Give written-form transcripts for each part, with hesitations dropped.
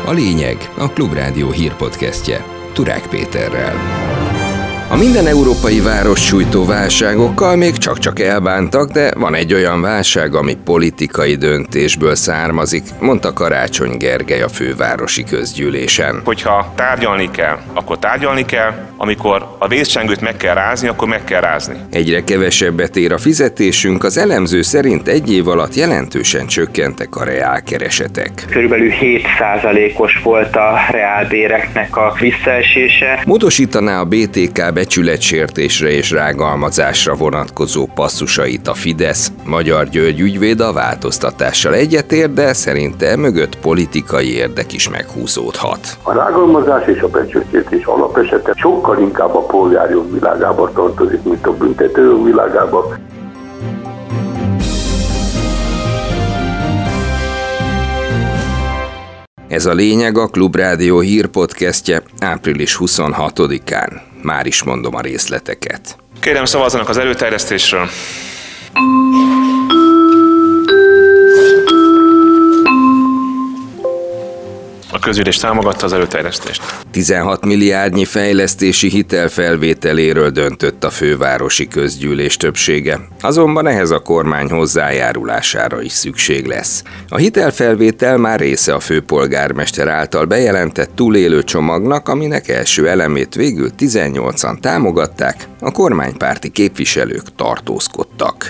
A lényeg a Klubrádió hírpodcastje Turák Péterrel. A minden európai város sújtó válságokkal még csak-csak elbántak, de van egy olyan válság, ami politikai döntésből származik, mondta Karácsony Gergely a fővárosi közgyűlésen. Hogyha tárgyalni kell, akkor tárgyalni kell, amikor a vészcsengőt meg kell rázni, akkor meg kell rázni. Egyre kevesebbet ér a fizetésünk, az elemző szerint egy év alatt jelentősen csökkentek a reálkeresetek. Körülbelül 7%-os volt a reálbéreknek a visszaesése. Módosítaná a BTK becsületsértésre és rágalmazásra vonatkozó passzusait a Fidesz. Magyar György ügyvéd a változtatással egyetért, de szerinte mögött politikai érdek is meghúzódhat. A rágalmazás és a becsületsértés alapesete sokkal inkább a polgárjog világába tartozik, mint a büntetőjog világába. Ez a lényeg a Klubrádió hírpodcastje április 26-án. Már is mondom a részleteket. Kérem, szavazzanak az előterjesztésről. A közgyűlés támogatta az előterjesztést. 16 milliárdnyi fejlesztési hitel felvételéről döntött a fővárosi közgyűlés többsége. Azonban ehhez a kormány hozzájárulására is szükség lesz. A hitelfelvétel már része a főpolgármester által bejelentett túlélő csomagnak, aminek első elemét végül 18-an támogatták, a kormánypárti képviselők tartózkodtak.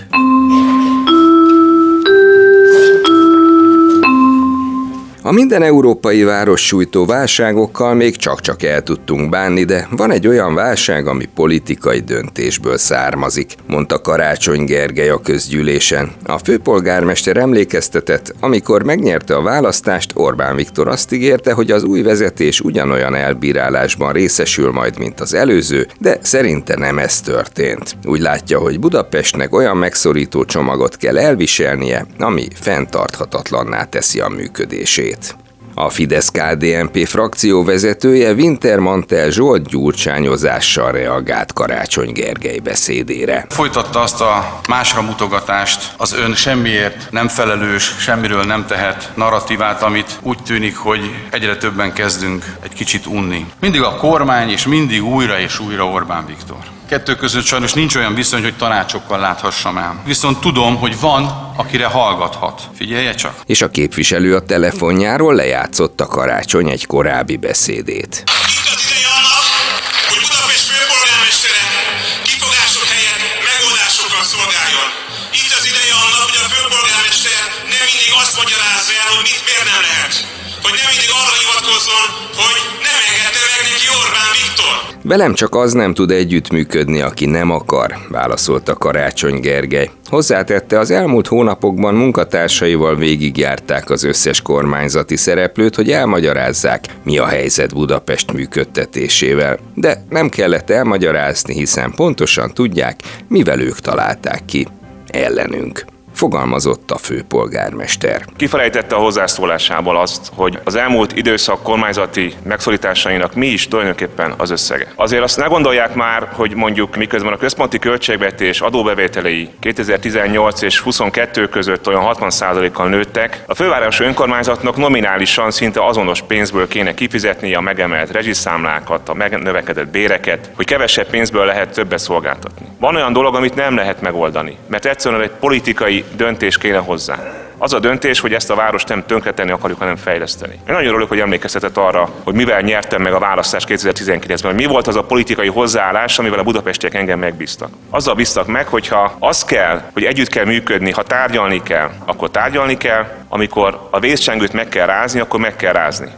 A minden európai város sújtó válságokkal még csak-csak el tudtunk bánni, de van egy olyan válság, ami politikai döntésből származik, mondta Karácsony Gergely a közgyűlésen. A főpolgármester emlékeztetett, amikor megnyerte a választást, Orbán Viktor azt ígérte, hogy az új vezetés ugyanolyan elbírálásban részesül majd, mint az előző, de szerinte nem ez történt. Úgy látja, hogy Budapestnek olyan megszorító csomagot kell elviselnie, ami fenntarthatatlanná teszi a működését. A Fidesz-KDNP frakcióvezetője Wintermantel Zsolt gyurcsányozással reagált Karácsony Gergely beszédére. Folytatta azt a másra mutogatást, az ön semmiért nem felelős, semmiről nem tehet narratívát, amit úgy tűnik, hogy egyre többen kezdünk egy kicsit unni. Mindig a kormány, és mindig újra és újra Orbán Viktor. Kettő között sajnos nincs olyan viszony, hogy tanácsokkal láthassam el. Viszont tudom, hogy van, akire hallgathat. Figyelje csak! És a képviselő a telefonjáról lejátszotta Karácsony egy korábbi beszédét. Itt az ideje annak, hogy Budapest főpolgármestere kifogások helyett megoldásokkal szolgáljon. Itt az ideje annak, hogy a főpolgármester nem mindig azt magyarázza el, hogy mit miért nem lehet. Hogy nem mindig arra hivatkozzon, hogy nem engedte meg neki Orbán Viktor. Velem csak az nem tud együttműködni, aki nem akar, válaszolta Karácsony Gergely. Hozzátette, az elmúlt hónapokban munkatársaival végigjárták az összes kormányzati szereplőt, hogy elmagyarázzák, mi a helyzet Budapest működtetésével. De nem kellett elmagyarázni, hiszen pontosan tudják, mivel ők találták ki. Ellenünk. Fogalmazott a főpolgármester. Kifelejtette a hozzászólásából azt, hogy az elmúlt időszak kormányzati megszorításainak mi is tulajdonképpen az összege. Azért azt ne gondolják már, hogy mondjuk miközben a központi költségvetés adóbevételei 2018 és 22 között olyan 60%-kal nőttek, a fővárosi önkormányzatnak nominálisan szinte azonos pénzből kéne kifizetni a megemelt rezsiszámlákat, a megnövekedett béreket, hogy kevesebb pénzből lehet többet szolgáltatni. Van olyan dolog, amit nem lehet megoldani, mert egyszerűen egy politikai döntés kéne hozzá. Az a döntés, hogy ezt a várost nem tönkretenni akarjuk, hanem fejleszteni. Én nagyon örülök, hogy emlékeztetett arra, hogy mivel nyertem meg a választást 2019-ben, mi volt az a politikai hozzáállás, amivel a budapestiek engem megbíztak. Azzal bíztak meg, hogyha az kell, hogy együtt kell működni, ha tárgyalni kell, akkor tárgyalni kell, amikor a vészcsengőt meg kell rázni, akkor meg kell rázni.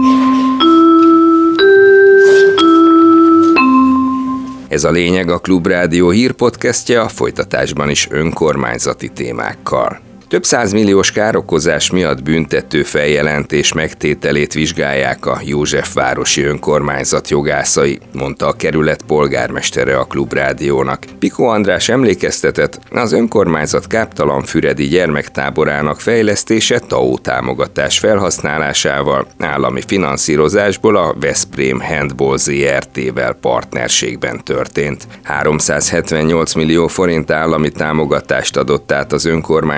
Ez a lényeg a Klubrádió hírpodcastje, a folytatásban is önkormányzati témákkal. Több százmilliós károkozás miatt büntető feljelentés megtételét vizsgálják a Józsefvárosi önkormányzat jogászai, mondta a kerület polgármestere a Klubrádiónak. Piko András emlékeztetett, az önkormányzat káptalanfüredi gyermektáborának fejlesztése TAO támogatás felhasználásával, állami finanszírozásból a Veszprém Handball Zrt-vel partnerségben történt. 378 millió forint állami támogatást adott át az önkormányzat a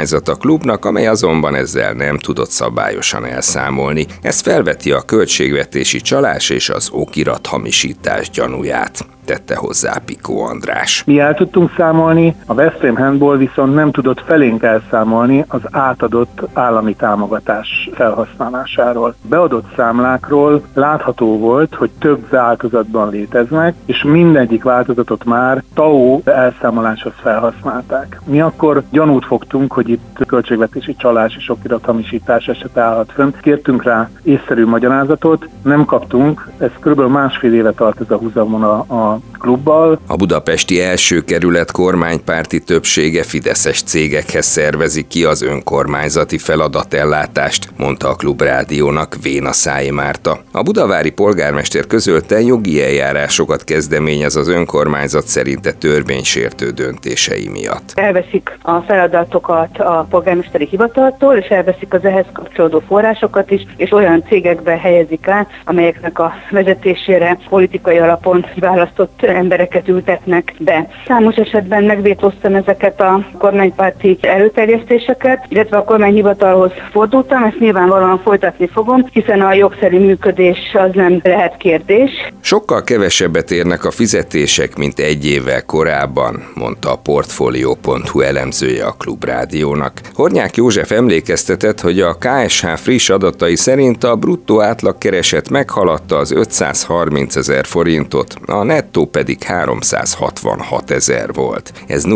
klubnak, amely azonban ezzel nem tudott szabályosan elszámolni. Ez felveti a költségvetési csalás és az okirathamisítás gyanúját, tette hozzá Pikó András. Mi el tudtunk számolni, a West Ham Handball viszont nem tudott felénk elszámolni az átadott állami támogatás felhasználásáról. Beadott számlákról látható volt, hogy több változatban léteznek, és mindegyik változatot már TAO elszámoláshoz felhasználták. Mi akkor gyanút fogtunk, hogy itt költségvetési csalás és okirathamisítás esete állhat fönn. Kértünk rá észszerű magyarázatot, nem kaptunk, ez kb. Másfél éve tart ez a húzamon a klubbal. A budapesti első kerület kormánypárti többsége fideszes cégekhez szervezi ki az önkormányzati feladatellátást, mondta a Klubrádiónak Véna Szályi Márta. A budavári polgármester közölte, jogi eljárásokat kezdeményez az önkormányzat szerinte törvénysértő döntései miatt. Elveszik a feladatokat a polgármesteri hivataltól, és elveszik az ehhez kapcsolódó forrásokat is, és olyan cégekbe helyezik át, amelyeknek a vezetésére politikai alapon választott embereket ültetnek be. Számos esetben megvétóztam ezeket a kormánypárti előterjesztéseket, illetve a kormányhivatalhoz fordultam, ezt nyilvánvalóan folytatni fogom, hiszen a jogszerű működés az nem lehet kérdés. Sokkal kevesebbet érnek a fizetések, mint egy évvel korábban, mondta a Portfolio.hu elemzője a Klubrádiónak. Hornyák József emlékeztetett, hogy a KSH friss adatai szerint a bruttó átlagkereset meghaladta az 530 000 forintot, a nettó pedig 366 000 volt. Ez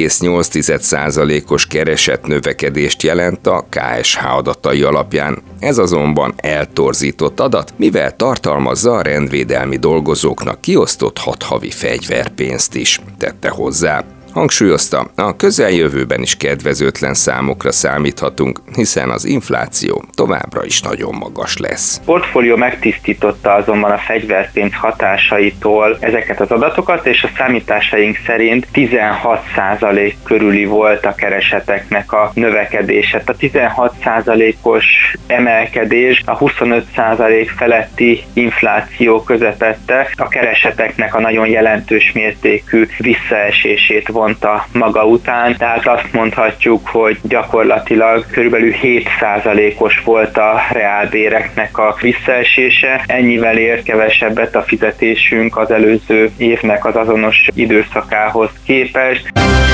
0,8%-os keresett növekedést jelent a KSH adatai alapján. Ez azonban eltorzított adat, mivel tartalmazza a rendvédelmi dolgozóknak kiosztott 6 havi fegyverpénzt is, tette hozzá. Hangsúlyozta, a közeljövőben is kedvezőtlen számokra számíthatunk, hiszen az infláció továbbra is nagyon magas lesz. A Portfolio megtisztította azonban a fegyverpénz hatásaitól ezeket az adatokat, és a számításaink szerint 16% körüli volt a kereseteknek a növekedése. A 16%-os emelkedés a 25% feletti infláció közepette a kereseteknek a nagyon jelentős mértékű visszaesését vonta maga után, tehát azt mondhatjuk, hogy gyakorlatilag körülbelül 7%-os volt a reálbéreknek a visszaesése, ennyivel ér kevesebbet a fizetésünk az előző évnek az azonos időszakához képest.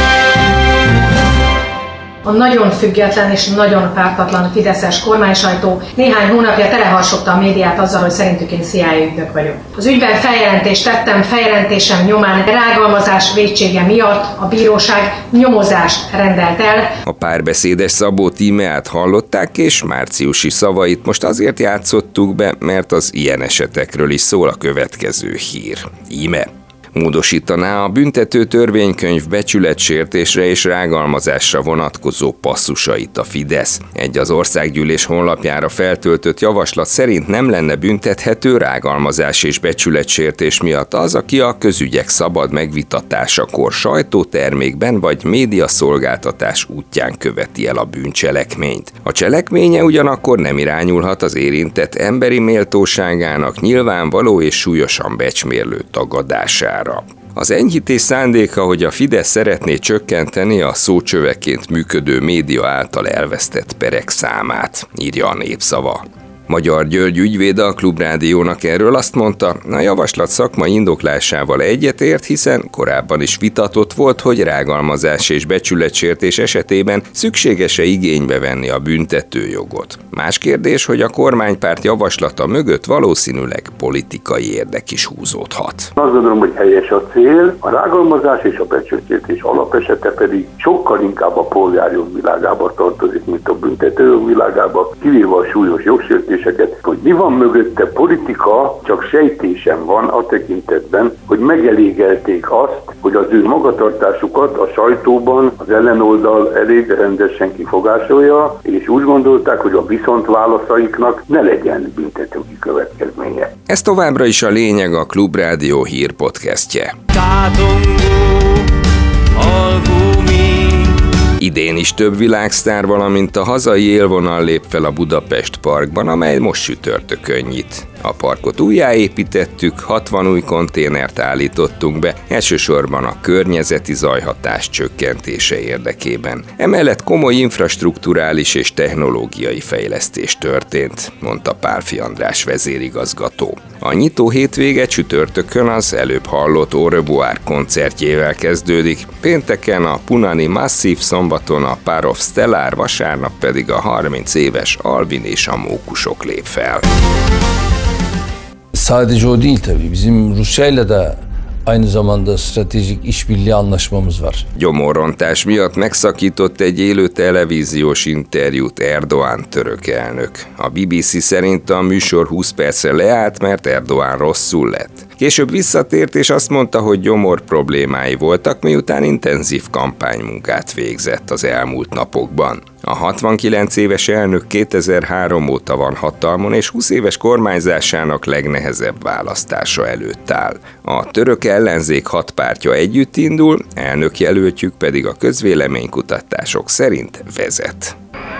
A nagyon független és nagyon pártatlan fideszes kormánysajtó néhány hónapja teleharsogta a médiát azzal, hogy szerintük én CIA ügynök vagyok. Az ügyben feljelentést tettem, feljelentésem nyomán rágalmazás vétsége miatt a bíróság nyomozást rendelt el. A Párbeszédes Szabó Tímeát hallották, és márciusi szavait most azért játszottuk be, mert az ilyen esetekről is szól a következő hír. Íme. Módosítaná a büntető törvénykönyv becsületsértésre és rágalmazásra vonatkozó passzusait a Fidesz. Egy az Országgyűlés honlapjára feltöltött javaslat szerint nem lenne büntethető rágalmazás és becsületsértés miatt az, aki a közügyek szabad megvitatásakor sajtótermékben vagy médiaszolgáltatás útján követi el a bűncselekményt. A cselekménye ugyanakkor nem irányulhat az érintett emberi méltóságának nyilvánvaló és súlyosan becsmérlő tagadására. Az enyhítés szándéka, hogy a Fidesz szeretné csökkenteni a szócsöveként működő média által elvesztett perek számát, írja a Népszava. Magyar György ügyvéd a Klubrádiónak erről azt mondta, a javaslat szakmai indoklásával egyetért, hiszen korábban is vitatott volt, hogy rágalmazás és becsületsértés esetében szükséges-e igénybe venni a büntetőjogot. Más kérdés, hogy a kormánypárt javaslata mögött valószínűleg politikai érdek is húzódhat. Azt gondolom, hogy helyes a cél, a rágalmazás és a becsületsértés alapesete pedig sokkal inkább a polgárjog világába tartozik, mint a büntetőjog világába, kivéve a súlyos jogsértés. Hogy mi van mögötte, politika, csak sejtésem van a tekintetben, hogy megelégelték azt, hogy az ő magatartásukat a sajtóban az ellenoldal elég rendesen kifogásolja, és úgy gondolták, hogy a viszontválaszaiknak ne legyen büntetőjogi következménye. Ez továbbra is a lényeg, a Klubrádió hírpodcastje. Idén is több világsztár, valamint a hazai élvonal lép fel a Budapest Parkban, amely most csütörtökön nyit. A parkot újjáépítettük, 60 új konténert állítottunk be, elsősorban a környezeti zajhatás csökkentése érdekében. Emellett komoly infrastrukturális és technológiai fejlesztés történt, mondta Pálffy András vezérigazgató. A nyitó hétvége csütörtökön az előbb hallott Au revoir koncertjével kezdődik, pénteken a Punani Massive, szombaton a Par of Stellar, vasárnap pedig a 30 éves Alvin és a Mókusok lép fel. Sadece o değil tabii. Bizim Rusya'yla da aynı zamanda stratejik işbirliği anlaşmamız var. Gyomorrontás miatt megszakított egy élő televíziós interjút Erdoğan török elnök. A BBC szerint a műsor 20 percre leállt, mert Erdoğan rosszul lett. Később visszatért és azt mondta, hogy gyomor problémái voltak, miután intenzív kampánymunkát végzett az elmúlt napokban. A 69 éves elnök 2003 óta van hatalmon, és 20 éves kormányzásának legnehezebb választása előtt áll. A török ellenzék 6 pártja együtt indul, elnökjelöltjük pedig a közvéleménykutatások szerint vezet.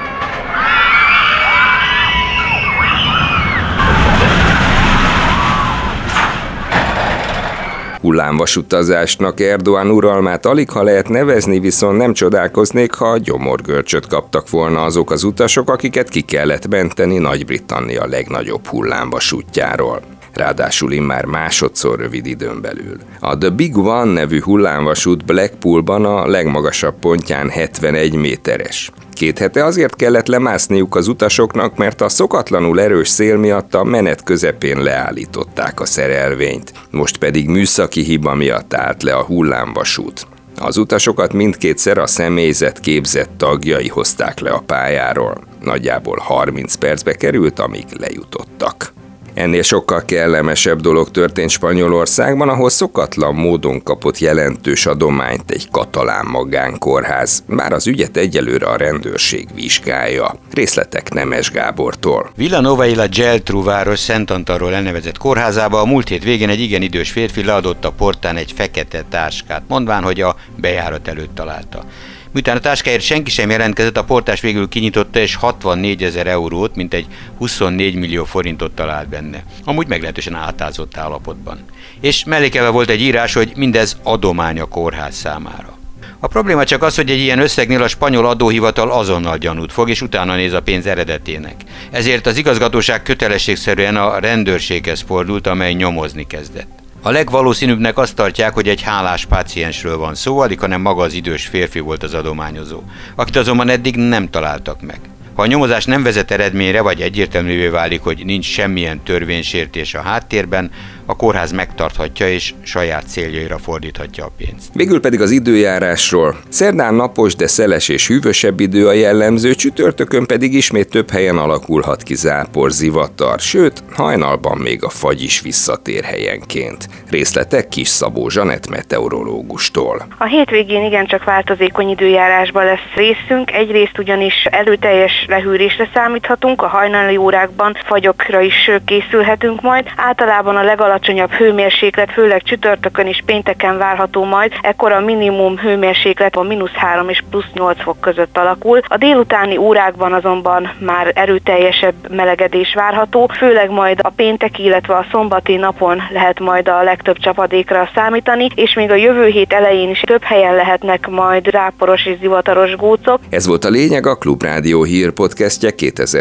Hullámvasutazásnak Erdoğan uralmát aligha lehet nevezni, viszont nem csodálkoznék, ha gyomorgörcsöt kaptak volna azok az utasok, akiket ki kellett menteni Nagy-Britannia legnagyobb hullámvasútjáról. Ráadásul immár másodszor rövid időn belül. A The Big One nevű hullámvasút Blackpoolban a legmagasabb pontján 71 méteres. 2 hete azért kellett lemászniuk az utasoknak, mert a szokatlanul erős szél miatt a menet közepén leállították a szerelvényt. Most pedig műszaki hiba miatt állt le a hullámvasút. Az utasokat mindkétszer a személyzet képzett tagjai hozták le a pályáról. Nagyjából 30 percbe került, amíg lejutottak. Ennél sokkal kellemesebb dolog történt Spanyolországban, ahol szokatlan módon kapott jelentős adományt egy katalán magánkórház, bár az ügyet egyelőre a rendőrség vizsgálja. Részletek Nemes Gábortól. Villanovai la Geltrú város Szent Antalról elnevezett kórházába a múlt hét végén egy igen idős férfi leadott a portán egy fekete táskát, mondván, hogy a bejárat előtt találta. Miután a táskáért senki sem jelentkezett, a portás végül kinyitotta, és 64 000 eurót, mintegy 24 millió forintot talált benne. Amúgy meglehetősen átázott állapotban. És mellékelve volt egy írás, hogy mindez adomány a kórház számára. A probléma csak az, hogy egy ilyen összegnél a spanyol adóhivatal azonnal gyanút fog, és utána néz a pénz eredetének. Ezért az igazgatóság kötelességszerűen a rendőrséghez fordult, amely nyomozni kezdett. A legvalószínűbbnek azt tartják, hogy egy hálás páciensről van szó, alig hanem maga az idős férfi volt az adományozó, akit azonban eddig nem találtak meg. Ha a nyomozás nem vezet eredményre, vagy egyértelművé válik, hogy nincs semmilyen törvénysértés a háttérben, a kórház megtarthatja és saját céljaira fordíthatja a pénzt. Végül pedig az időjárásról. Szerdán napos, de szeles és hűvösebb idő a jellemző, csütörtökön pedig ismét több helyen alakulhat ki zápor, zivatar, sőt, hajnalban még a fagy is visszatér helyenként. Részletek Kis Szabó Zsanett meteorológustól. A hétvégén igencsak változékony időjárásban lesz részünk, egyrészt ugyanis erőteljes lehűlésre számíthatunk, a hajnali órákban fagyokra is készülhetünk majd. Általában a legalacsonyabb hőmérséklet, főleg csütörtökön és pénteken várható majd, ekkor a minimum hőmérséklet a -3 és +8 fok között alakul. A délutáni órákban azonban már erőteljesebb melegedés várható, főleg majd a pénteki, illetve a szombati napon lehet majd a legtöbb csapadékra számítani, és még a jövő hét elején is több helyen lehetnek majd záporos és zivataros gócok. Ez volt a lényeg a Klubrádió hírpodcastje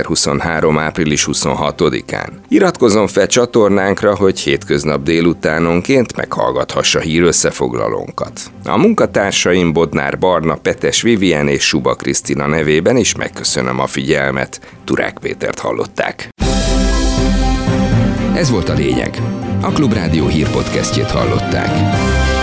2023. április 26-án. Iratkozzon fel csatornánkra, hogy hétköznap délutánonként meghallgathassa hírösszefoglalónkat. A munkatársaim Bodnár Barna, Petes Vivien és Suba Krisztina nevében is megköszönöm a figyelmet. Turák Pétert hallották. Ez volt a lényeg. A Klubrádió hírpodcastjét hallották.